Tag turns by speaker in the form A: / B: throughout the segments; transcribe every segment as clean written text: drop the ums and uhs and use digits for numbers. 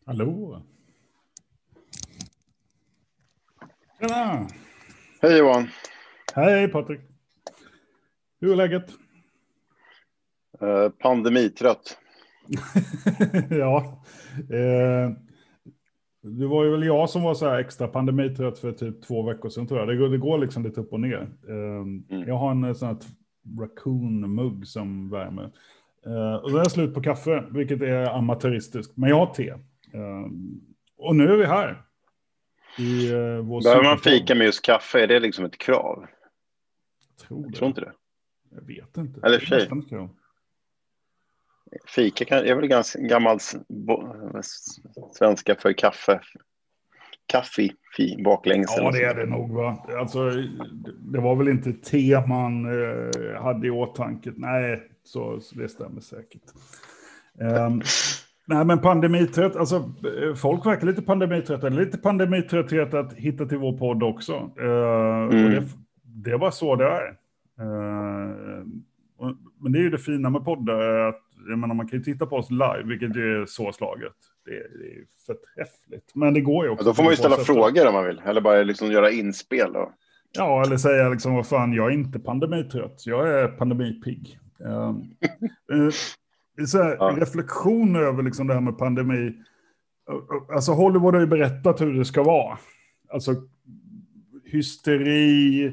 A: Hallå! Tjena!
B: Hej Johan!
A: Hej Patrik! Hur är läget?
B: Pandemitrött.
A: Ja. Det var ju väl jag som var så här extra pandemitrött för typ 2 veckor sedan tror jag. Det går liksom lite upp och ner. Jag har en sån här raccoon-mugg som värmer. Och då är jag slut på kaffe, vilket är amatöristiskt. Men jag har te. Och nu är vi här. I vår
B: Behöver man
A: superpodd.
B: fika med just kaffe? Är det liksom ett krav?
A: Jag
B: tror inte det.
A: Jag vet inte.
B: Eller
A: det är nästan ett krav.
B: Fika är väl ganska gammal svenska för kaffe. Kaffe, baklänges.
A: Ja, det är det nog va. Alltså, det var väl inte te man hade i åtanke. Nej, så det stämmer säkert. Nej, men pandemitrött, alltså folk verkar lite pandemitrötta. Lite pandemitrötthet att hitta till vår podd också. Och det var så det är. Men det är ju det fina med poddar, att jag menar, man kan ju titta på oss live, vilket är så slaget. Det är förträffligt. Men det går ju också.
B: Ja, då får man ju ställa frågor om man vill. Eller bara liksom göra inspel då.
A: Ja, eller säga liksom, vad fan, jag är inte pandemitrött. Jag är pandemipigg. Så här, reflektion över liksom det här med pandemi. Alltså Hollywood har ju berättat hur det ska vara. Alltså hysteri.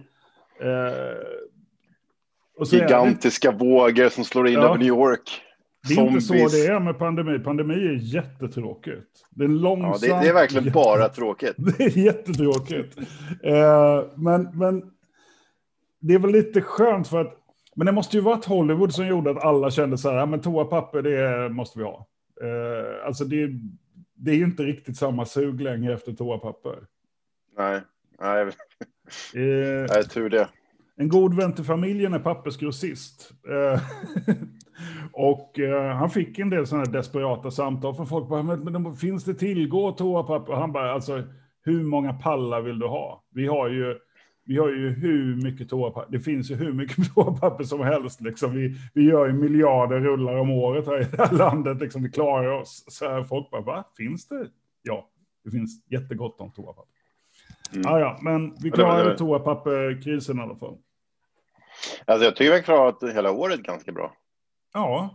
A: Och så
B: gigantiska vågor som slår in över New York.
A: Det är inte så det är med pandemi. Pandemi är jättetråkigt. Det är långsamt.
B: Ja, det är verkligen bara tråkigt.
A: Det är jättetråkigt. Men det är väl lite skönt för att... Men det måste ju vara ett Hollywood som gjorde att alla kände så här, ja, men toapapper, det måste vi ha. Alltså det är ju inte riktigt samma sug längre efter toapapper.
B: Nej, tur det.
A: En god vän till familjen är pappersgrossist. Och han fick en del sådana här desperata samtal från folk. Men finns det tillgå toapapper? Och han bara, alltså hur många pallar vill du ha? Vi har ju hur mycket toapapper. Det finns ju hur mycket toapapper som helst. Liksom. Vi gör ju miljarder rullar om året här i det här landet. Liksom, vi klarar oss. Så här, folk bara, va? Finns det? Ja, det finns jättegott om toapapper. Ja, men vi klarar toapapperkrisen i alla fall.
B: Alltså jag tycker vi har klarat hela året ganska bra.
A: Ja.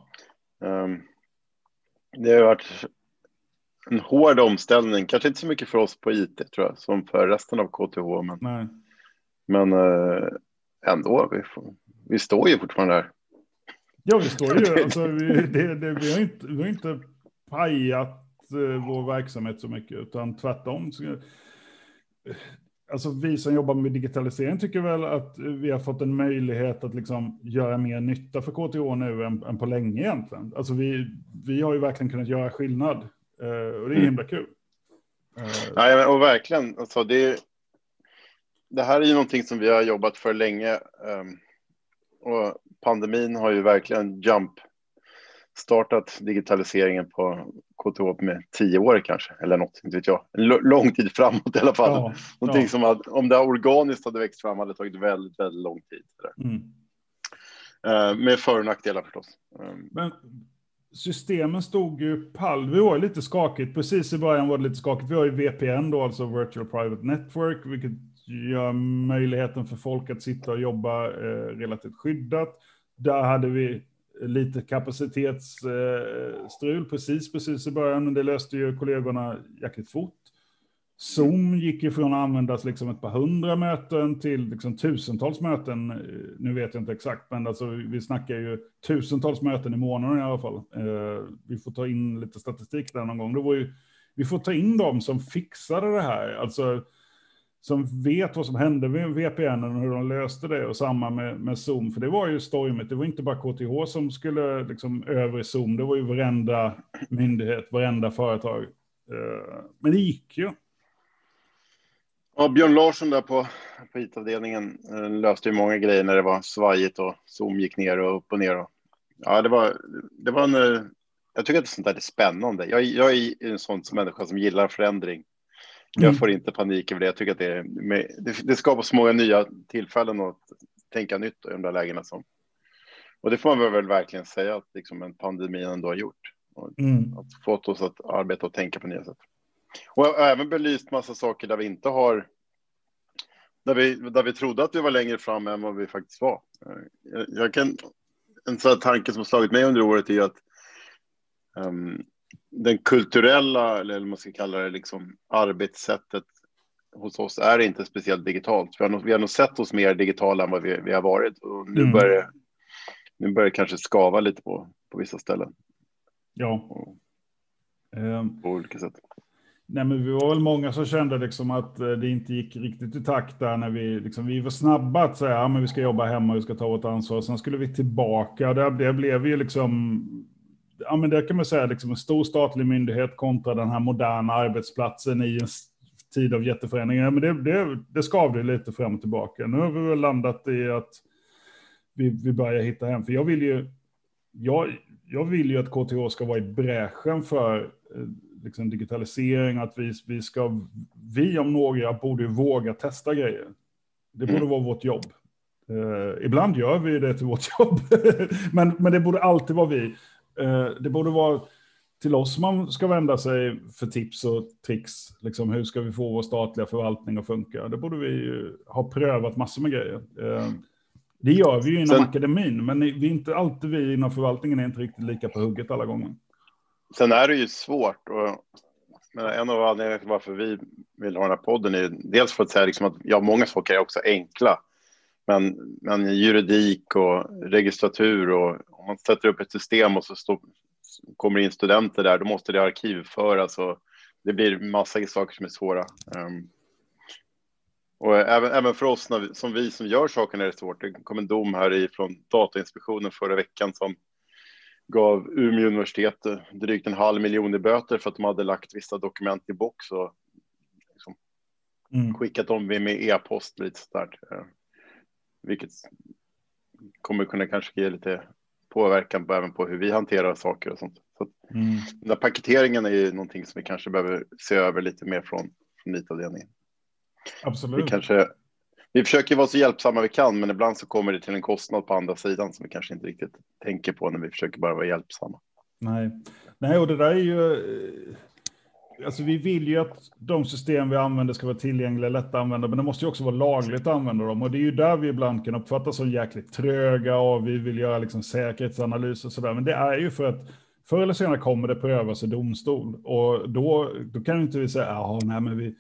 B: Det har varit en hård omställning. Kanske inte så mycket för oss på IT tror jag, som för resten av KTH. Men ändå, vi står ju fortfarande här. Ja,
A: vi står ju. Alltså, vi har inte pajat vår verksamhet så mycket, utan tvärtom. Alltså vi som jobbar med digitalisering tycker väl att vi har fått en möjlighet att liksom göra mer nytta för KTH nu än på länge egentligen. Alltså vi har ju verkligen kunnat göra skillnad. Och det är himla kul.
B: Ja, och verkligen. Alltså det här är ju någonting som vi har jobbat för länge. Och pandemin har ju verkligen startat digitaliseringen på KTH med 10 år kanske. Eller något, inte vet jag. En lång tid framåt i alla fall. Någonting som om det organiskt hade växt fram hade tagit väldigt, väldigt lång tid. Med för- och nackdelar förstås.
A: Men systemen stod ju pall. Vi var lite skakigt. Precis i början var det lite skakigt. Vi har ju VPN då, alltså Virtual Private Network, vilket gör möjligheten för folk att sitta och jobba relativt skyddat. Där hade vi lite kapacitetsstrul precis i början, men det löste ju kollegorna jäkligt fort. Zoom gick ifrån att användas liksom ett par 100 möten till liksom tusentals möten. Nu vet jag inte exakt, men alltså vi snackar ju tusentals möten i månaden i alla fall. Vi får ta in lite statistik där någon gång. Vi får ta in dem som fixade det här, alltså som vet vad som hände med VPN och hur de löste det, och samma med Zoom. För det var ju stormigt. Det var inte bara KTH som skulle liksom över Zoom. Det var ju varenda myndighet, varenda företag. Men det gick ju.
B: Ja, Björn Larsson där på IT-avdelningen löste ju många grejer när det var svajigt och Zoom gick ner och upp och ner. Ja, det var jag tycker att sånt där är spännande. Jag är en sån människa som gillar förändring. Jag får inte panik över det. Jag tycker att det skapar så många nya tillfällen att tänka nytt i de där lägena. Och det får man väl verkligen säga att liksom en pandemi ändå har gjort. Och att fått oss att arbeta och tänka på nya sätt. Och jag har även belyst massa saker där vi inte har, där vi trodde att vi var längre fram än vad vi faktiskt var. En sån här tanke som har slagit mig under året är att den kulturella, eller man ska kalla det liksom, arbetssättet hos oss är inte speciellt digitalt. Vi har nog sett oss mer digitala än vad vi har varit. Och nu börjar det kanske skava lite på vissa ställen.
A: Ja.
B: På olika sätt.
A: Nej, men vi var väl många som kände liksom att det inte gick riktigt i takt där när vi var snabba att säga men vi ska jobba hemma, vi ska ta vårt ansvar. Sen skulle vi tillbaka. Det blev ju liksom, men det kan man säga, liksom en stor statlig myndighet kontra den här moderna arbetsplatsen i en tid av jätteförändringar. Men det skavde lite fram och tillbaka. Nu har vi väl landat i att vi börjar hitta hem. För jag vill ju att KTH ska vara i bräschen för liksom digitalisering, att vi om några borde våga testa grejer. Det borde vara vårt jobb. Ibland gör vi det till vårt jobb, men det borde alltid vara vi. Det borde vara till oss man ska vända sig för tips och tricks. Liksom, hur ska vi få vår statliga förvaltning att funka? Det borde vi ha prövat massor med grejer. Det gör vi ju inom akademin, men vi inom förvaltningen är inte riktigt lika på hugget alla gånger.
B: Sen är det ju svårt, men en av anledningarna till varför vi vill ha den här podden är dels för att säga liksom att många saker är också enkla, men juridik och registratur, och om man sätter upp ett system och så kommer in studenter där, då måste det arkivföras och det blir massa saker som är svåra. Och även för oss som gör sakerna är det svårt. Det kom en dom här från Datainspektionen förra veckan som gav Umeå universitet drygt 500 000 i böter för att de hade lagt vissa dokument i box och liksom skickat dem med e-post lite sådär. Vilket kommer kunna kanske ge lite påverkan även på hur vi hanterar saker och sånt. Så den där paketeringen är ju någonting som vi kanske behöver se över lite mer från IT-avdelningen.
A: Absolut.
B: Vi försöker vara så hjälpsamma vi kan, men ibland så kommer det till en kostnad på andra sidan som vi kanske inte riktigt tänker på när vi försöker bara vara hjälpsamma.
A: Nej, och det där är ju... Alltså vi vill ju att de system vi använder ska vara tillgängliga, lätta att använda, men det måste ju också vara lagligt att använda dem. Och det är ju där vi ibland kan uppfattas som jäkligt tröga och vi vill göra liksom säkerhetsanalys och sådär. Men det är ju för att förr eller senare kommer det prövas i domstol. Och då kan inte vi säga, men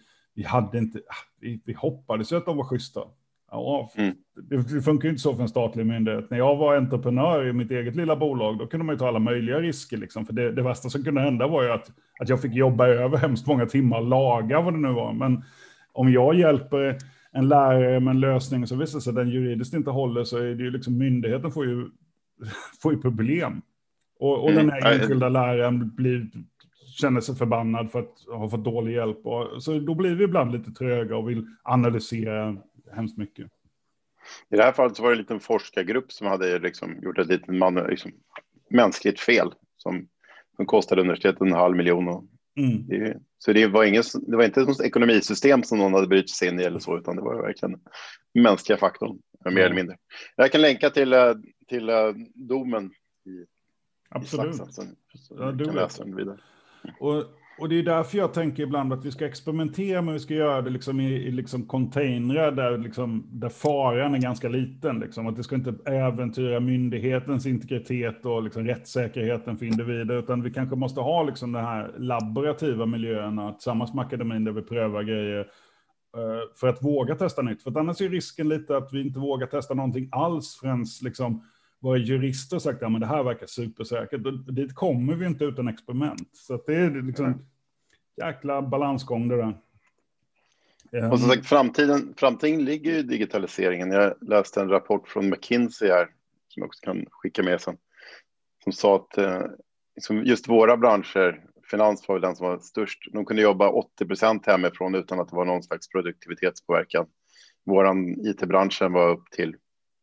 A: vi hoppades ju att de var schyssta. Ja, det funkar ju inte så för en statlig myndighet. När jag var entreprenör i mitt eget lilla bolag, då kunde man ju ta alla möjliga risker. Liksom. För det värsta som kunde hända var ju att jag fick jobba över hemskt många timmar och laga vad det nu var. Men om jag hjälper en lärare med en lösning så visar det sig att den juridiskt inte håller, så är det ju liksom myndigheten får ju problem. Och den här enskilda läraren känner sig förbannad för att ha fått dålig hjälp. Så då blir vi ibland lite tröga och vill analysera hemskt mycket.
B: I det här fallet så var det en liten forskargrupp som hade liksom gjort ett litet mänskligt fel som kostade universitetet 500 000. Så det var inte ett ekonomisystem som någon hade brytt sig in i eller så, utan det var verkligen mänskliga faktorn, mer eller mindre. Jag kan länka till domen i satsen. Du kan läsa den vidare.
A: Och det är därför jag tänker ibland att vi ska experimentera, men vi ska göra det liksom i liksom containrar där faran är ganska liten. Liksom. Att det ska inte äventyra myndighetens integritet och liksom rättssäkerheten för individer, utan vi kanske måste ha liksom den här laborativa miljöerna tillsammans med akademin där vi prövar grejer för att våga testa nytt. För annars är risken lite att vi inte vågar testa någonting alls förrän liksom våra jurister har sagt att det här verkar supersäkert. Dit kommer vi inte utan experiment. Så att det är liksom jäkla balansgång det där.
B: Och som sagt, framtiden ligger i digitaliseringen. Jag läste en rapport från McKinsey här som jag också kan skicka med sen. Som sa att just våra branscher, finans var den som var störst. De kunde jobba 80% hemifrån utan att det var någon slags produktivitetspåverkan. Våran IT-branschen var upp till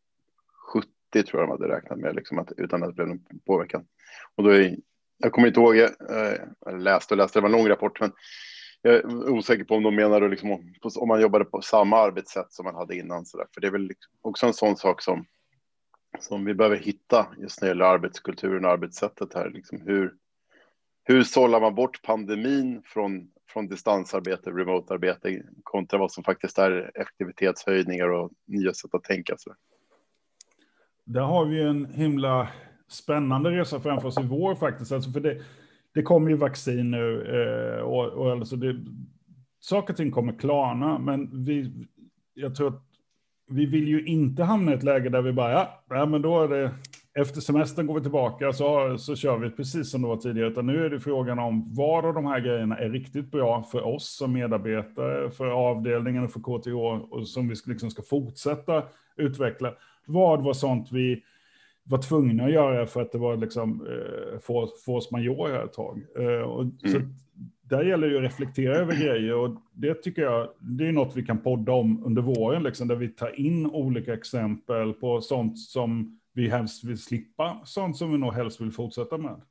B: 70 tror jag de hade räknat med, liksom, utan att det blev någon påverkan. Och då jag kommer inte ihåg, jag läste, det var en lång rapport, men jag är osäker på om de menar liksom, om man jobbade på samma arbetssätt som man hade innan. Så där. För det är väl liksom också en sån sak som vi behöver hitta just när det gäller arbetskulturen och arbetssättet här. Liksom, hur hur sållar man bort pandemin från distansarbete, remote-arbete kontra vad som faktiskt är effektivitetshöjningar och nya sätt att tänka sig.
A: Där har vi en himla spännande resa framför oss i vår faktiskt. Alltså för det kommer ju vaccin nu och alltså saker och ting kommer klarna, men jag tror att vi vill ju inte hamna i ett läge där vi bara, ja men då är det, efter semestern går vi tillbaka så kör vi precis som det var tidigare. Utan nu är det frågan om vad av de här grejerna är riktigt bra för oss som medarbetare, för avdelningen och för KTH och som vi liksom ska fortsätta utveckla. Vad var sånt vi var tvungna att göra för att det var liksom force majeure här ett tag. Så där gäller det ju att reflektera över grejer och det tycker jag, det är något vi kan podda om under våren liksom, där vi tar in olika exempel på sånt som vi helst vill slippa, sånt som vi nog helst vill fortsätta med.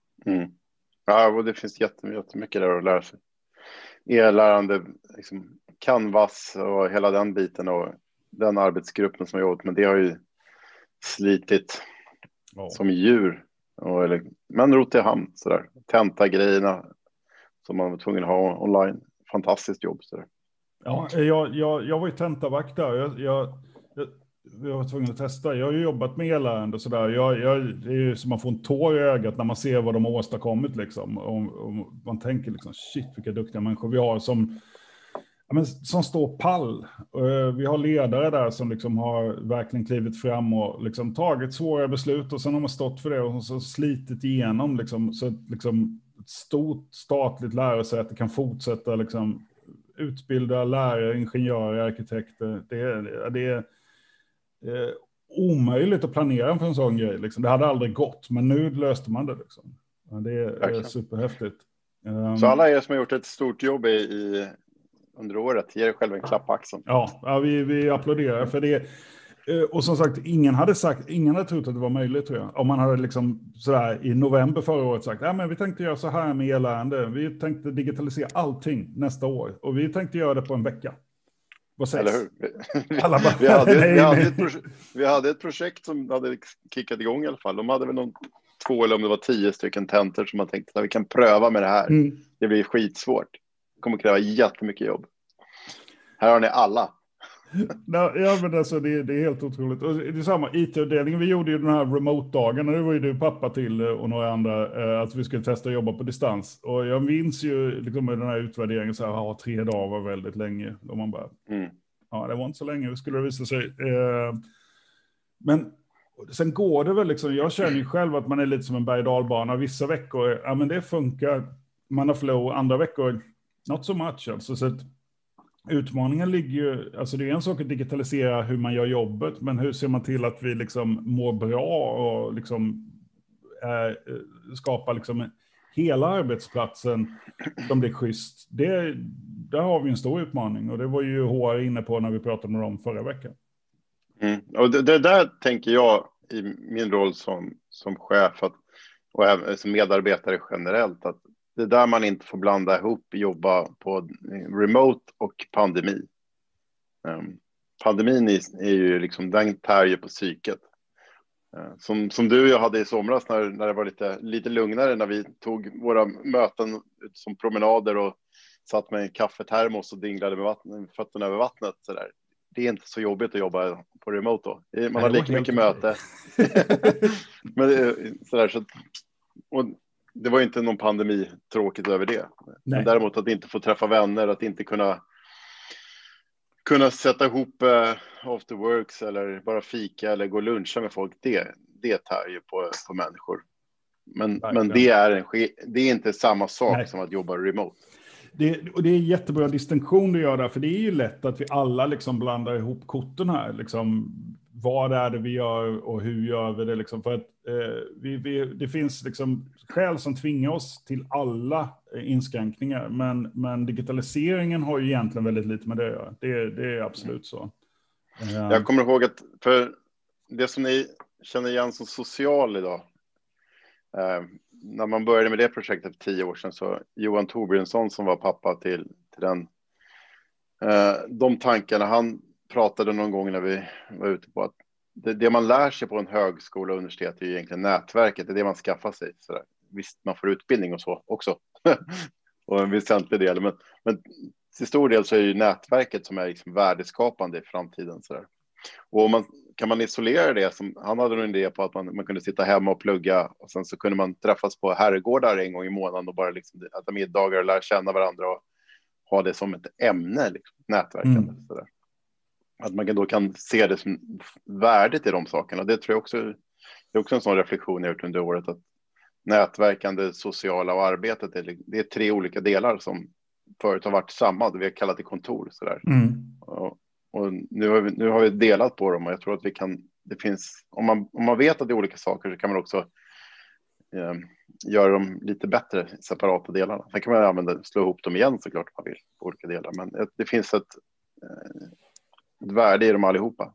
B: Ja, och det finns jättemycket där att lära sig. E-lärande, liksom Canvas och hela den biten och den arbetsgruppen som har jobbat med det har ju slitit som djur. Men rot i hamn sådär. Tenta grejerna som man var tvungen att ha online. Fantastiskt jobb sådär.
A: Ja, jag var ju tentavakt där. Jag var tvungen att testa. Jag har ju jobbat med elärende och sådär. Det är ju som man får en tår i ögat när man ser vad de har åstadkommit liksom. Och man tänker liksom, shit vilka duktiga människor vi har som står pall. Vi har ledare där som liksom har verkligen klivit fram och liksom tagit svåra beslut och sen har man stått för det och så slitit igenom liksom, så att liksom ett stort statligt lärosäte kan fortsätta liksom utbilda lärare, ingenjörer, arkitekter. Det är omöjligt att planera för en sån grej. Liksom. Det hade aldrig gått, men nu löste man det. Liksom. Det är superhäftigt.
B: Så alla er som har gjort ett stort jobb under året, ger er själv en klapp på axeln.
A: Ja, vi applåderar för det. Och som sagt, ingen hade trott att det var möjligt, tror jag. Om man hade liksom sådär i november förra året sagt, men vi tänkte göra så här med elärende. Vi tänkte digitalisera allting nästa år. Och vi tänkte göra det på en vecka. Vad sägs?
B: Eller hur? Vi hade ett projekt som hade kickat igång i alla fall. De hade väl 2 eller om det var 10 stycken tentor som man tänkte att vi kan pröva med det här. Det blir skitsvårt. Det kommer kräva jättemycket jobb. Här har ni alla.
A: Ja, men alltså det är helt otroligt. Och det är samma IT-avdelningen. Vi gjorde ju den här remote-dagen och det var ju du pappa till och några andra att vi skulle testa att jobba på distans. Och jag minns ju liksom med den här utvärderingen så här, 3 dagar var väldigt länge. Och man bara, ja det var inte så länge, det skulle det visa sig. Men sen går det väl liksom, jag känner ju själv att man är lite som en berg- och dalbana. Vissa veckor, ja men det funkar, man har flow, andra veckor, not so much alltså. Så att utmaningen ligger ju, alltså det är en sak att digitalisera hur man gör jobbet, men hur ser man till att vi liksom mår bra och liksom skapar liksom hela arbetsplatsen som blir schysst. Där har vi en stor utmaning och det var ju HR inne på när vi pratade med dem förra veckan.
B: Och det där tänker jag i min roll som chef och även som medarbetare generellt, att det är där man inte får blanda ihop jobba på remote och pandemi. Pandemin är ju liksom, den tär ju på psyket. Som du och jag hade i somras när det var lite lugnare, när vi tog våra möten ut som promenader och satt med en kaffetermos och dinglade med fötterna över vattnet. Så där. Det är inte så jobbigt att jobba på remote då. Man har lika mycket möte. Men, och det var inte någon pandemi tråkigt över det. Men däremot att inte få träffa vänner, att inte kunna sätta ihop after works eller bara fika eller gå och luncha med folk, det tär ju på människor. Men det är inte samma sak som att jobba remote.
A: Och det är jättebra distinktion du gör där, för det är ju lätt att vi alla liksom blandar ihop korten här. Liksom, vad är det vi gör och hur gör vi det? Liksom, för att det finns liksom skäl som tvingar oss till alla inskränkningar, men digitaliseringen har ju egentligen väldigt lite med det att göra. Det är absolut så.
B: Jag kommer ihåg att för det som ni känner igen som social idag, när man började med det projektet för 10 år sedan, så Johan Torbjörnsson som var pappa till den, de tankarna han pratade någon gång när vi var ute på, att det man lär sig på en högskola och universitet är egentligen nätverket, det är det man skaffar sig. Sådär. visst, man får utbildning och så också. Och en väsentlig del. Men till stor del så är det ju nätverket som är liksom värdeskapande i framtiden. Så där. Och kan man isolera det, som han hade en idé på att man kunde sitta hemma och plugga och sen så kunde man träffas på herrgårdar en gång i månaden och bara liksom äta middagar och lära känna varandra och ha det som ett ämne, liksom, nätverkande. Så där. Att man då kan se det som värdet i de sakerna. Det tror jag också, det är också en sån reflektion jag gjort under året, att nätverkande, sociala och arbetet, det är 3 olika delar som förut har varit samma. Vi har kallat det kontor. Så där. Och nu har vi delat på dem och jag tror att det finns, om man vet att det är olika saker så kan man också göra dem lite bättre, separata delarna. Sen kan man slå ihop dem igen såklart om man vill, på olika delar. Men det finns ett värde i dem allihopa.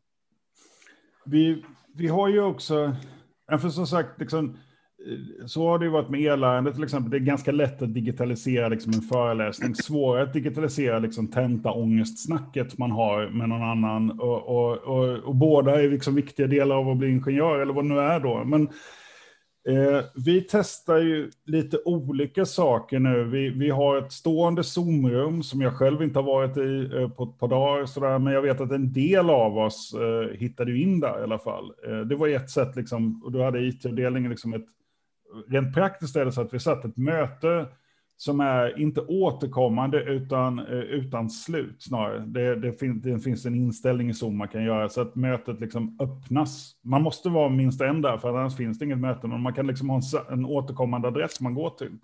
A: Vi har ju också, för som sagt, liksom, så har det ju varit med e-lärande till exempel. Det är ganska lätt att digitalisera liksom en föreläsning. Svårare att digitalisera liksom tentaångestsnacket man har med någon annan. Och båda är liksom viktiga delar av att bli ingenjör eller vad det nu är då. Men vi testar ju lite olika saker nu. Vi har ett stående Zoom-rum som jag själv inte har varit i på ett par dagar. Sådär, men jag vet att en del av oss hittade ju in där i alla fall. Det var ett sätt, liksom, och då hade IT-avdelningen liksom rent praktiskt är det så att vi satt ett möte som är inte återkommande utan slut snarare. Det finns en inställning i Zoom man kan göra så att mötet liksom öppnas. Man måste vara minst en där för annars finns det inget möte, men man kan liksom ha en återkommande adress man går till.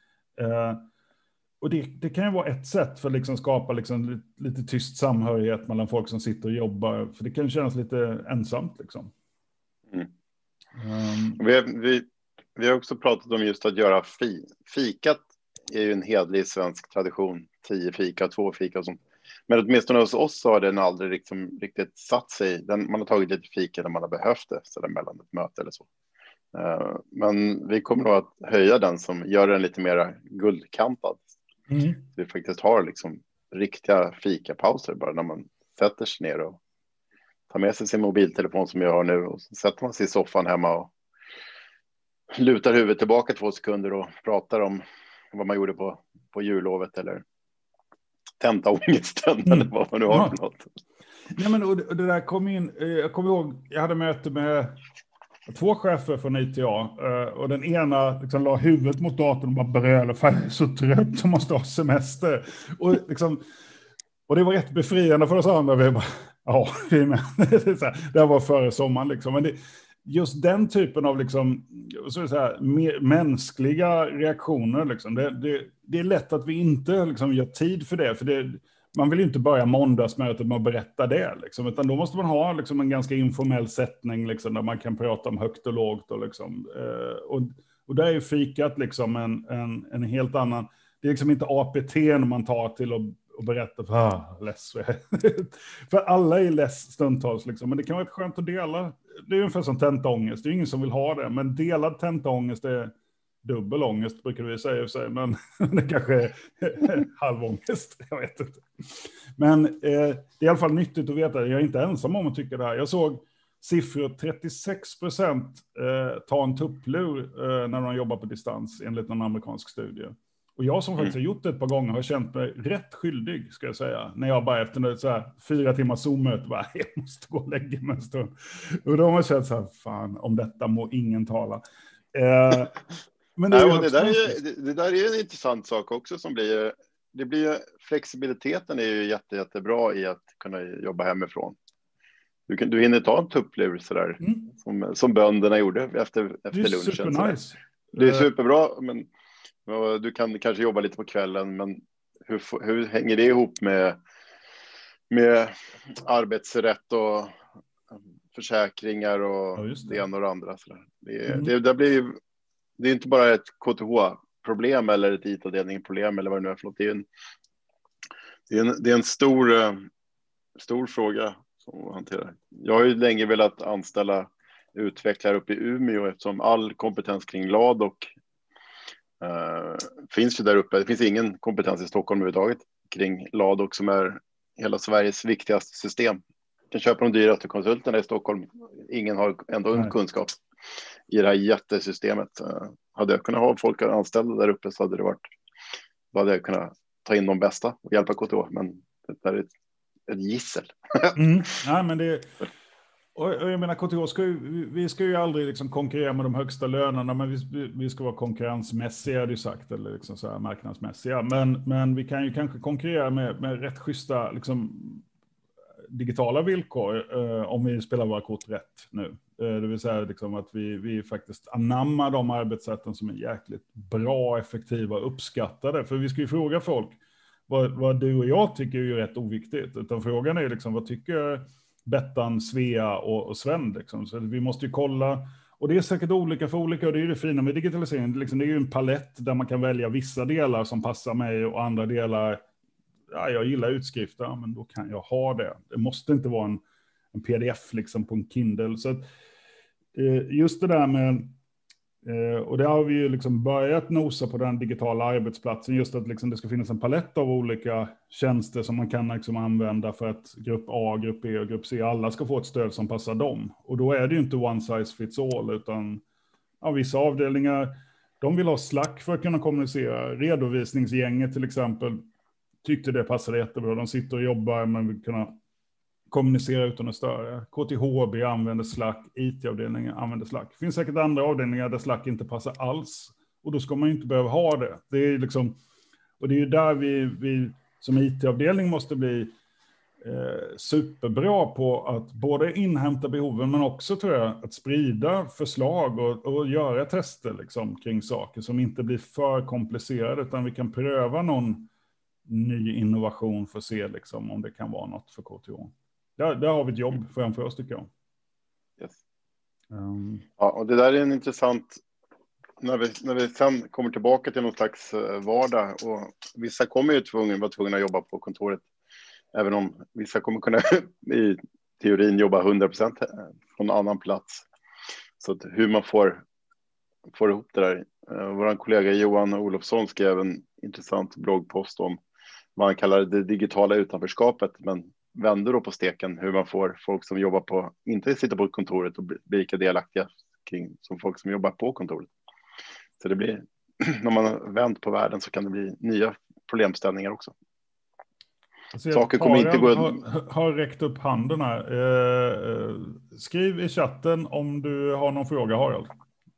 A: Och det kan ju vara ett sätt för att liksom skapa liksom lite tyst samhörighet mellan folk som sitter och jobbar, för det kan kännas lite ensamt liksom.
B: Vi har också pratat om just att göra fikat är ju en hedlig svensk tradition. 10 fika, 2 fika och sånt. Men åtminstone hos oss har den aldrig riktigt satt sig. Man har tagit lite fika när man har behövt det. Så där mellan ett möte eller så. Men vi kommer nog att höja den som gör den lite mer guldkantad. Vi faktiskt har liksom riktiga fikapauser bara när man sätter sig ner och tar med sig sin mobiltelefon som jag har nu. Och så sätter man sig i soffan hemma och lutar huvudet tillbaka 2 sekunder och pratar om vad man gjorde på jullovet eller tentaångesten eller vad man nu har för något.
A: Nej, men och det där kom in, jag kommer ihåg, jag hade möte med 2 chefer från ITA och den ena liksom la huvudet mot datorn och bara brölade, för jag är så trött och måste ha semester. Och det var rätt befriande för oss andra. Vi bara, ja, vi är med. Det här var före sommaren liksom. Men just den typen av liksom, så att säga, mänskliga reaktioner liksom, det är lätt att vi inte liksom gör tid för det, man vill ju inte börja måndagsmötet med att berätta det liksom, utan då måste man ha liksom en ganska informell sättning liksom, där man kan prata om högt och lågt och liksom, och där är ju fikat liksom en helt annan, det är liksom inte APT när man tar till och berätta för alla är less stundtals liksom, men det kan vara ett skönt att dela. Det är ungefär som tentaångest, det är ingen som vill ha det, men delad tentaångest är dubbel ångest brukar vi säga i sig, men det kanske är halvångest, jag vet inte. Men det är i alla fall nyttigt att veta, jag är inte ensam om att tycka det här. Jag såg siffror, 36% ta en tupplur när de jobbar på distans enligt en amerikansk studie. Och jag som faktiskt har gjort det ett par gånger har känt mig rätt skyldig, ska jag säga. När jag bara efter så här 4 timmar Zoom-möte bara, jag måste gå och lägga mig en stund. Och då har man känt så här, fan, om detta må ingen tala. Men
B: det där är en intressant sak också som blir flexibiliteten är ju jättebra i att kunna jobba hemifrån. Du hinner ta en tupplur sådär, som bönderna gjorde efter lunchen.
A: Supernice.
B: Det är superbra, men du kan kanske jobba lite på kvällen, men hur hänger det ihop med arbetsrätt och försäkringar och det ena och det andra? Det är inte bara ett KTH-problem eller ett IT-avdelning-problem eller vad det nu är för något. Det är en stor fråga som hanterar. Jag har ju länge velat anställa utvecklare uppe i Umeå eftersom all kompetens kring LAD och finns ju där uppe. Det finns ingen kompetens i Stockholm överhuvudtaget kring LAD som är hela Sveriges viktigaste system. Du kan köpa de dyraste konsulterna i Stockholm. Ingen har ändå en kunskap. i det här jättesystemet. Hade jag kunnat ha folk anställda där uppe så hade då hade jag kunnat ta in de bästa och hjälpa KTH, men det är ett gissel.
A: Nej, men det... Och jag menar, KTH vi ska ju aldrig liksom konkurrera med de högsta lönerna, men vi ska vara konkurrensmässiga, är det sagt, eller liksom så här marknadsmässiga. Men vi kan ju kanske konkurrera med rätt schyssta liksom, digitala villkor om vi spelar våra kort rätt nu. Det vill säga liksom att vi faktiskt anammar de arbetssätten som är jäkligt bra, effektiva och uppskattade. För vi ska ju fråga folk vad du och jag tycker är ju rätt oviktigt. Utan frågan är liksom, vad tycker Bettan, Svea och Sven? Liksom. Så vi måste ju kolla. Och det är säkert olika för olika, och det är ju det fina med digitalisering. Liksom, det är ju en palett där man kan välja vissa delar som passar mig och andra delar. Ja, jag gillar utskrifter, men då kan jag ha det. Det måste inte vara en pdf liksom på en Kindle. Så att, just det där med, och det har vi ju liksom börjat nosa på den digitala arbetsplatsen, just att liksom det ska finnas en palett av olika tjänster som man kan liksom använda för att grupp A, grupp B och grupp C, alla ska få ett stöd som passar dem. Och då är det ju inte one size fits all, utan vissa avdelningar, de vill ha Slack för att kunna kommunicera. Redovisningsgänget till exempel tyckte det passade jättebra. De sitter och jobbar men vill kunna kommunicera utan att störa. KTHB använder Slack, IT-avdelningen använder Slack. Det finns säkert andra avdelningar där Slack inte passar alls. Och då ska man ju inte behöva ha det. Det är liksom, och det är ju där vi som IT-avdelning måste bli superbra på att både inhämta behoven, men också tror jag att sprida förslag och göra tester liksom, kring saker som inte blir för komplicerade, utan vi kan pröva någon ny innovation för att se liksom, om det kan vara något för KTH. Där har vi ett jobb framför oss, tycker jag.
B: Yes. Ja, och det där är en intressant, när vi sen kommer tillbaka till någon slags vardag, och vissa kommer ju vara tvungna att jobba på kontoret, även om vissa kommer kunna i teorin jobba 100% från en annan plats. Så att hur man får ihop det där. Vår kollega Johan Olofsson skrev en intressant bloggpost om vad han kallar det digitala utanförskapet, men vänder då på steken hur man får folk som jobbar inte sitter på kontoret och blir lika delaktiga som folk som jobbar på kontoret. Så det blir, när man har vänt på världen så kan det bli nya problemställningar också.
A: Saker kommer inte gå... har räckt upp handen här. Skriv i chatten om du har någon fråga, Harald.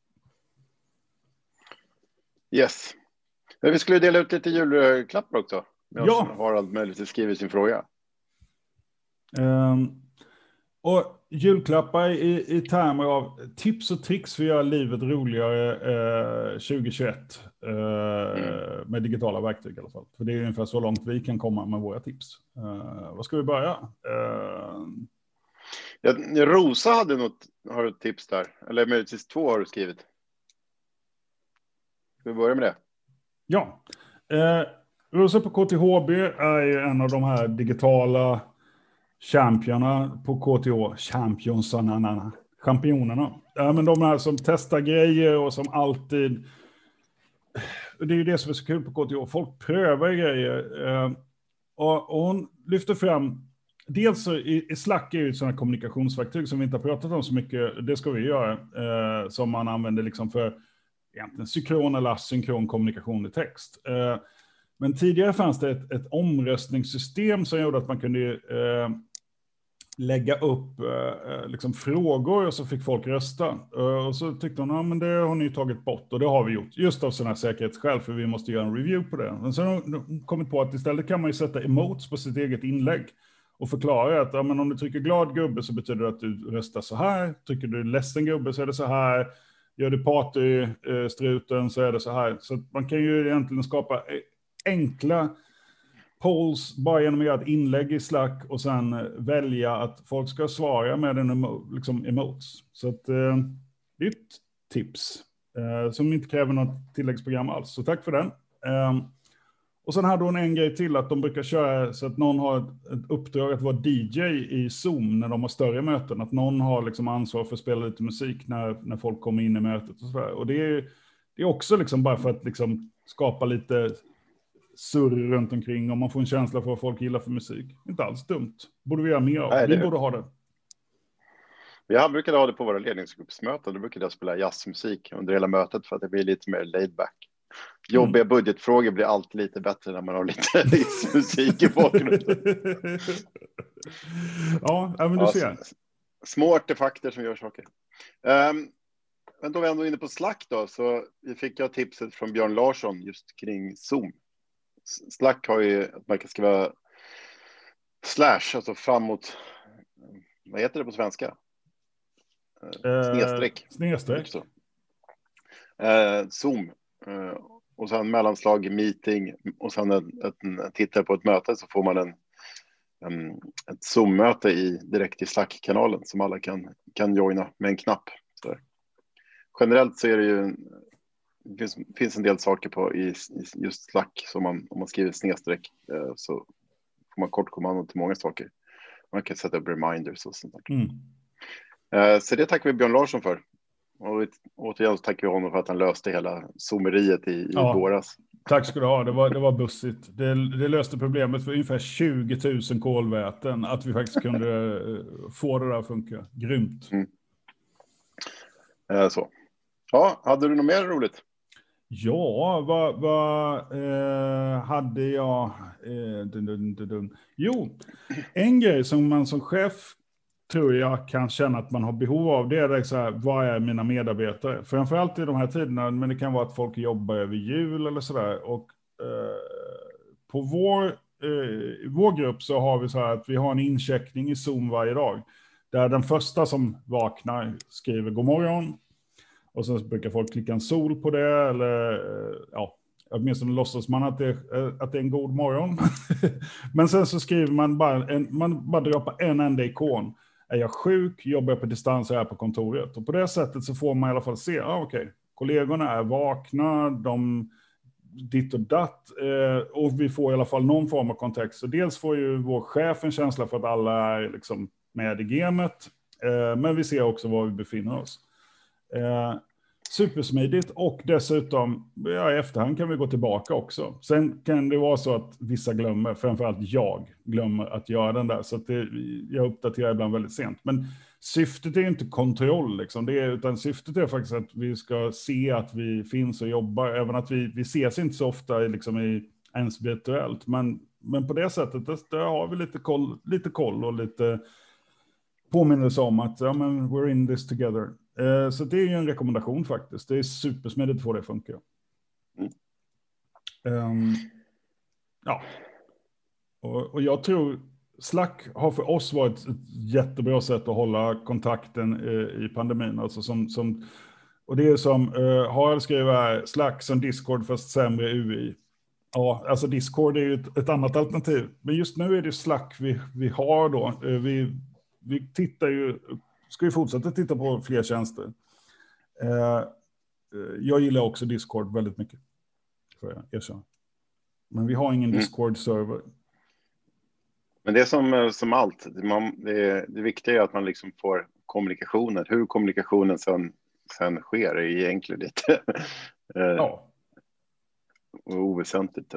B: Yes. Vi skulle dela ut lite julklappar också.
A: Ja.
B: Harald möjligtvis skriver sin fråga.
A: Och julklappar i termer av tips och tricks för att göra livet roligare 2021 med digitala verktyg i alla fall. För det är ungefär så långt vi kan komma med våra tips. Vad ska vi börja?
B: Rosa har ett tips där. Eller möjligtvis 2 har du skrivit. Ska vi börja med det?
A: Ja. Rosa på KTHB är ju en av de här digitala championerna på KTH. Championerna. Men de här som testar grejer och som alltid... Det är ju det som är så kul på KTH. Folk prövar grejer. Och hon lyfter fram... Dels så i Slack är ju ett sådant här kommunikationsverktyg som vi inte har pratat om så mycket. Det ska vi göra. Som man använder liksom för egentligen synkron eller asynkron kommunikation i text. Men tidigare fanns det ett omröstningssystem som gjorde att man kunde lägga upp liksom frågor och så fick folk rösta. Och så tyckte hon, men det har ni tagit bort, och det har vi gjort. Just av sådana här säkerhetsskäl, för vi måste göra en review på det. Men sen har de kommit på att istället kan man ju sätta emotes på sitt eget inlägg och förklara att men om du trycker glad gubbe så betyder det att du röstar så här. Trycker du ledsen gubbe så är det så här. Gör du partystruten så är det så här. Så man kan ju egentligen skapa enkla polls bara genom att göra ett inlägg i Slack och sen välja att folk ska svara med en emotes. Så att, det är ett tips som inte kräver något tilläggsprogram alls. Så tack för den. Och sen hade hon en grej till, att de brukar köra så att någon har ett uppdrag att vara DJ i Zoom när de har större möten. Att någon har liksom ansvar för att spela lite musik när folk kommer in i mötet och så där. Och det är också liksom bara för att liksom skapa lite surr runt omkring, om man får en känsla för vad folk gillar för musik. Inte alls dumt. Borde vi göra mer av. Vi borde ha det.
B: Vi brukade ha det på våra ledningsgruppsmöten. Då brukade jag spela jazzmusik under hela mötet för att det blir lite mer laid back. Jobbiga budgetfrågor blir alltid lite bättre när man har lite musik i bakgrunden.
A: Ja, men du ser.
B: Små artefakter som gör saker. Men då är vi ändå inne på Slack då, så fick jag tipset från Björn Larsson just kring Zoom. Slack har ju att man kan skriva slash, alltså framåt. Vad heter det på svenska? Snedstreck. Zoom. Och sen mellanslag, meeting och sen tittar på ett möte så får man ett Zoom-möte direkt i Slack-kanalen som alla kan joina med en knapp. Så generellt så är det ju finns en del saker på i just Slack som om man skriver snedstreck så får man kortkommando till många saker. Man kan sätta upp reminders och sånt där. Så det tackar vi Björn Larsson för. Och återigen så tackar vi honom för att han löste hela zoomeriet i våras.
A: Tack ska du ha, det var bussigt. Det löste problemet för ungefär 20 000 kolväten att vi faktiskt kunde få det där att funka. Grymt.
B: Så. Ja, hade du något mer roligt?
A: Ja, vad hade jag? Jo, en grej som man som chef tror jag kan känna att man har behov av, det är så här, vad är mina medarbetare? Framförallt i de här tiderna, men det kan vara att folk jobbar över jul eller sådär. Och på vår grupp så har vi så här att vi har en incheckning i Zoom varje dag. Där den första som vaknar skriver god morgon. Och sen brukar folk klicka en sol på det, eller åtminstone låtsas man att det är en god morgon. Men sen så skriver man bara droppar en enda ikon. Är jag sjuk, jobbar jag på distans och är på kontoret. Och på det sättet så får man i alla fall se, okej, kollegorna är vakna, de ditt och datt. Och vi får i alla fall någon form av kontext. Så dels får ju vår chef en känsla för att alla är liksom med i gamet. Men vi ser också var vi befinner oss. Supersmidigt, och dessutom i efterhand kan vi gå tillbaka också. Sen kan det vara så att vissa glömmer, framförallt jag glömmer att göra den där, så att jag uppdaterar ibland väldigt sent. Men syftet är inte kontroll liksom, utan syftet är faktiskt att vi ska se att vi finns och jobbar, även att vi ses inte så ofta liksom ens virtuellt, men på det sättet där har vi lite koll och lite påminnelse om att men we're in this together. Så det är ju en rekommendation faktiskt. Det är supersmidigt att få det att funka. Och jag tror Slack har för oss varit ett jättebra sätt att hålla kontakten i pandemin. Alltså och det är som Harald skriver här, Slack som Discord fast sämre UI. Ja, alltså Discord är ju ett annat alternativ. Men just nu är det Slack vi har då. Vi tittar ju, ska ju fortsätta titta på fler tjänster. Jag gillar också Discord väldigt mycket. Får jag erkänna. Men vi har ingen Discord-server.
B: Men det är som allt. Det viktiga är att man liksom får kommunikationen. Hur kommunikationen sen sker är egentligen lite oväsentligt.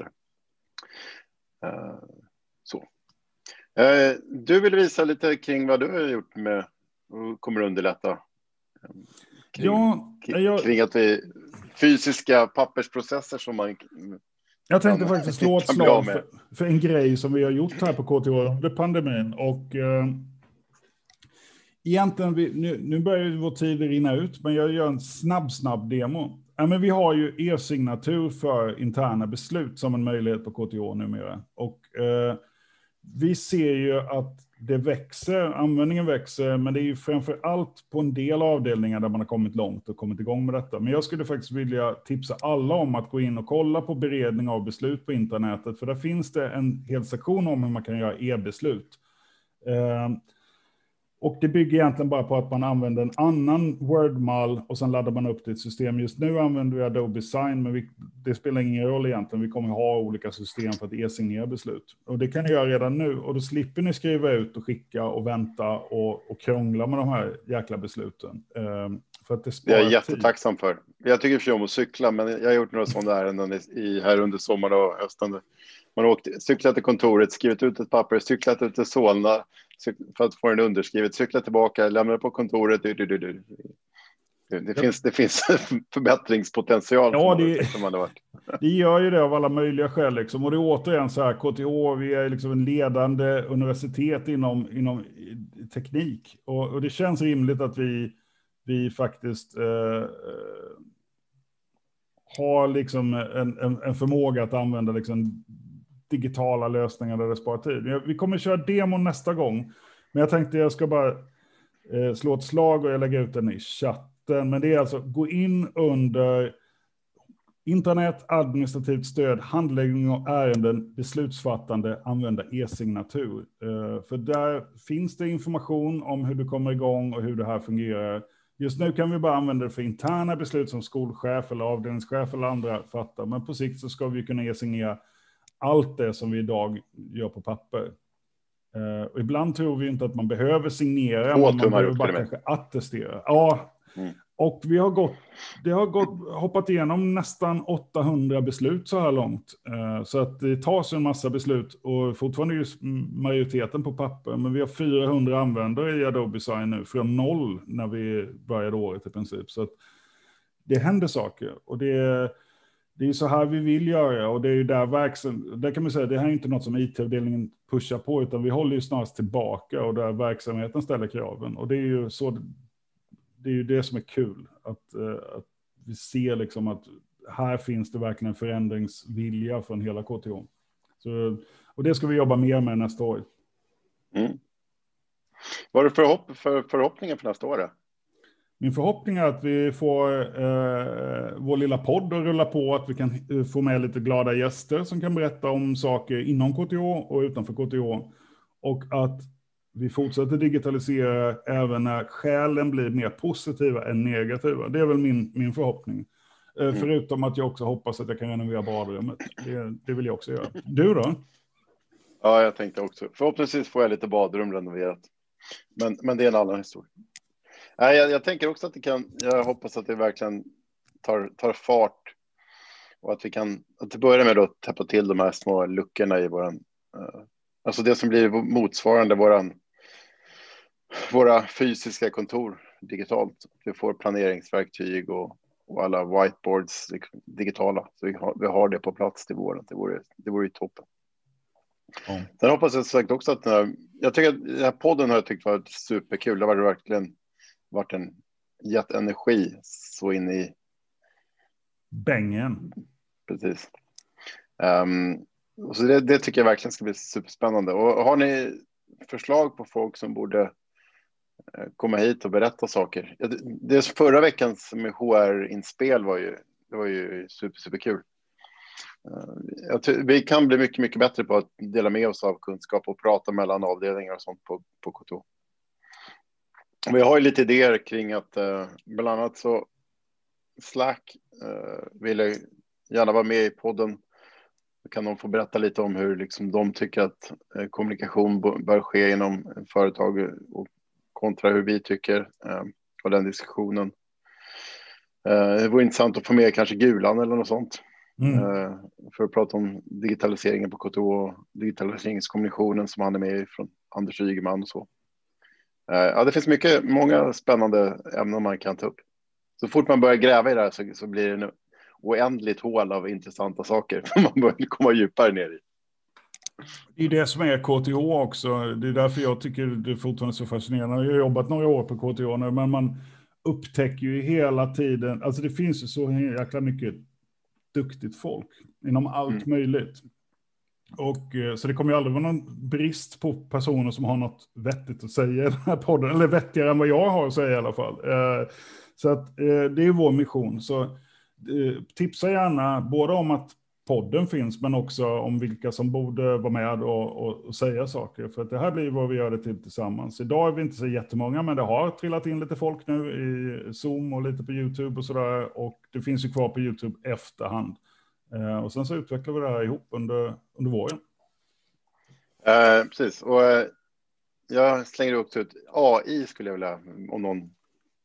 B: Så. Du vill visa lite kring vad du har gjort med och kommer underlätta kring att vi fysiska pappersprocesser som man.
A: Jag tänkte faktiskt slå ett slag för en grej som vi har gjort här på KTH under pandemin, och egentligen nu börjar ju vår tid rinna ut, men jag gör en snabb demo. Men vi har ju e-signatur för interna beslut som en möjlighet på KTH numera, och vi ser ju att det växer, användningen växer, men det är ju framför allt på en del avdelningar där man har kommit långt och kommit igång med detta. Men jag skulle faktiskt vilja tipsa alla om att gå in och kolla på beredning av beslut på intranätet, för där finns det en hel sektion om hur man kan göra e-beslut. Och det bygger egentligen bara på att man använder en annan Word-mall och sen laddar man upp det i ett system. Just nu använder vi Adobe Sign, men det spelar ingen roll egentligen. Vi kommer ha olika system för att e-signera beslut. Och det kan ni göra redan nu. Och då slipper ni skriva ut och skicka och vänta och krångla med de här jäkla besluten. För att det
B: är jag jättetacksam för. Jag tycker för om att cykla, men jag har gjort några sådana ärenden här under sommaren och hösten. Man har cyklat till kontoret, skrivit ut ett papper, cyklat ut till Solna för att få den underskrivet, cyklat tillbaka, lämnat på kontoret. Det finns förbättringspotential.
A: Ja, det gör ju det av alla möjliga skäl. Liksom. Och det är återigen så här, KTH, vi är liksom en ledande universitet inom teknik. Och det känns rimligt att vi faktiskt har liksom en förmåga att använda liksom digitala lösningar där det sparar tid. Vi kommer köra demo nästa gång. Men jag tänkte jag ska bara slå ett slag och jag lägger ut den i chatten. Men det är alltså, gå in under internet, administrativt stöd, handläggning av ärenden, beslutsfattande, använda e-signatur. För där finns det information om hur du kommer igång och hur det här fungerar. Just nu kan vi bara använda det för interna beslut som skolchef eller avdelningschef eller andra fattar. Men på sikt så ska vi kunna e-signera allt det som vi idag gör på papper. Och ibland tror vi inte att man behöver signera, men man behöver bara kanske attestera. Ja, och det har hoppat igenom nästan 800 beslut så här långt. Så att det tas en massa beslut och fortfarande är majoriteten på papper. Men vi har 400 användare i Adobe Sign nu, från 0 när vi började året i princip. Så att det händer saker och det är så här vi vill göra, och det är ju där kan man säga, det här är inte något som IT-avdelningen pushar på, utan vi håller ju snarast tillbaka och där verksamheten ställer kraven. Och det är ju så, det är ju det som är kul, att vi ser liksom att här finns det verkligen en förändringsvilja från hela KTH. Så, och det ska vi jobba mer med nästa år.
B: Vad är det för förhoppningar för nästa år då?
A: Min förhoppning är att vi får vår lilla podd att rulla på, att vi kan få med lite glada gäster som kan berätta om saker inom KTH och utanför KTH. Och att vi fortsätter digitalisera även när skälen blir mer positiva än negativa. Det är väl min förhoppning. Förutom att jag också hoppas att jag kan renovera badrummet. Det vill jag också göra. Du då?
B: Ja, jag tänkte också. Förhoppningsvis får jag lite badrum renoverat. Men det är en annan historia. Nej, jag tänker också att jag hoppas att det verkligen tar fart och att vi kan, att börja med att täppa till de här små luckorna i alltså det som blir motsvarande våra fysiska kontor digitalt. Vi får planeringsverktyg och alla whiteboards digitala, så vi har det på plats till våren. Det vore ju toppen. Sen hoppas jag sagt också att jag tycker att den här podden har jag tyckt var superkul. Det har verkligen varit gett energi så in i
A: bängen.
B: Precis. Så det tycker jag verkligen ska bli superspännande. Och har ni förslag på folk som borde komma hit och berätta saker? Det förra veckans med HR-inspel var ju superkul. Vi kan bli mycket, mycket bättre på att dela med oss av kunskap och prata mellan avdelningar och sånt på KTH. Vi har ju lite idéer kring att bland annat så Slack vill gärna vara med i podden. Då kan de få berätta lite om hur liksom de tycker att kommunikation bör ske inom företag och kontra hur vi tycker och den diskussionen. Det vore intressant att få med kanske Gulan eller något sånt. För att prata om digitaliseringen på KTH och digitaliseringskommissionen som han är med i från Anders Ygeman och så. Ja, det finns många spännande ämnen man kan ta upp. Så fort man börjar gräva i det här så blir det en oändligt hål av intressanta saker man börjar komma djupare ner i.
A: Det är det som är KTH också. Det är därför jag tycker det är fortfarande så fascinerande. Jag har jobbat några år på KTH nu, men man upptäcker ju hela tiden, alltså det finns ju så jäkla mycket duktigt folk inom allt möjligt. Och så det kommer ju aldrig vara någon brist på personer som har något vettigt att säga i den här podden, eller vettigare än vad jag har att säga i alla fall. Så att det är vår mission. Så tipsa gärna både om att podden finns, men också om vilka som borde vara med och säga saker. För att det här blir vad vi gör det till tillsammans. Idag är vi inte så jättemånga, men det har trillat in lite folk nu i Zoom och lite på YouTube och sådär. Och det finns ju kvar på YouTube efterhand. Och sen så utvecklar vi det här ihop under våren.
B: Precis, och jag slänger också ut AI skulle jag vilja, om någon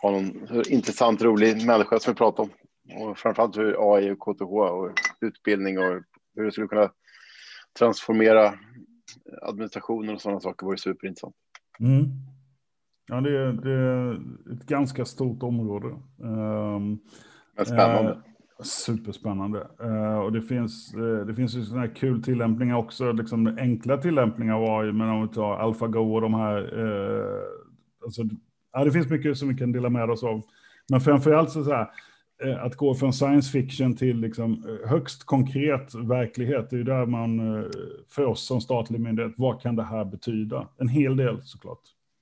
B: ha någon intressant, rolig människa som vi pratar om. Och framförallt hur AI och KTH och utbildning och hur det skulle kunna transformera administrationen och sådana saker vore superintressant.
A: Mm. Ja, det är ett ganska stort område.
B: Men spännande.
A: Superspännande. Och det finns ju sådana här kul tillämpningar också, liksom enkla tillämpningar av AI, men om vi tar AlphaGo och de här, alltså, ja, det finns mycket som vi kan dela med oss av. Men framförallt så här, att gå från science fiction till liksom högst konkret verklighet, det är ju där man, för oss som statlig myndighet, vad kan det här betyda? En hel del såklart.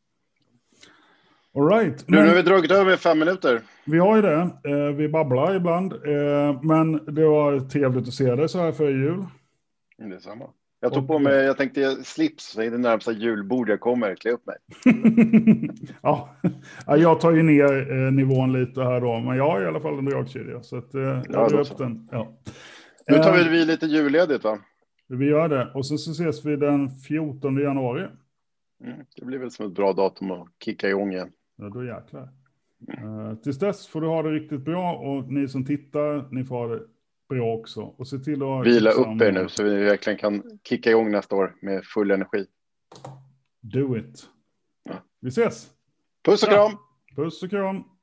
A: All right.
B: Nu har vi dragit över 5 minuter.
A: Vi har ju det. Vi babblar ibland. Men det var trevligt att se dig så här för jul.
B: Det är samma. Jag tog på mig, jag tänkte slips, det är det närmsta julbord jag kommer klä upp mig.
A: Ja, jag tar ju ner nivån lite här då. Men jag har i alla fall en dragkedja. Så att jag upp den. Ja.
B: Nu tar vi lite julledigt, va?
A: Vi gör det. Och så ses vi den 14 januari.
B: Det blir väl som ett bra datum att kicka igång igen.
A: Ja, då jäklar. Tills dess får du ha det riktigt bra. Och ni som tittar, ni får ha det bra också. Och se till att
B: vila upp er nu så vi verkligen kan kicka igång nästa år med full energi.
A: Do it. Ja. Vi ses.
B: Puss och kram.
A: Puss och kram.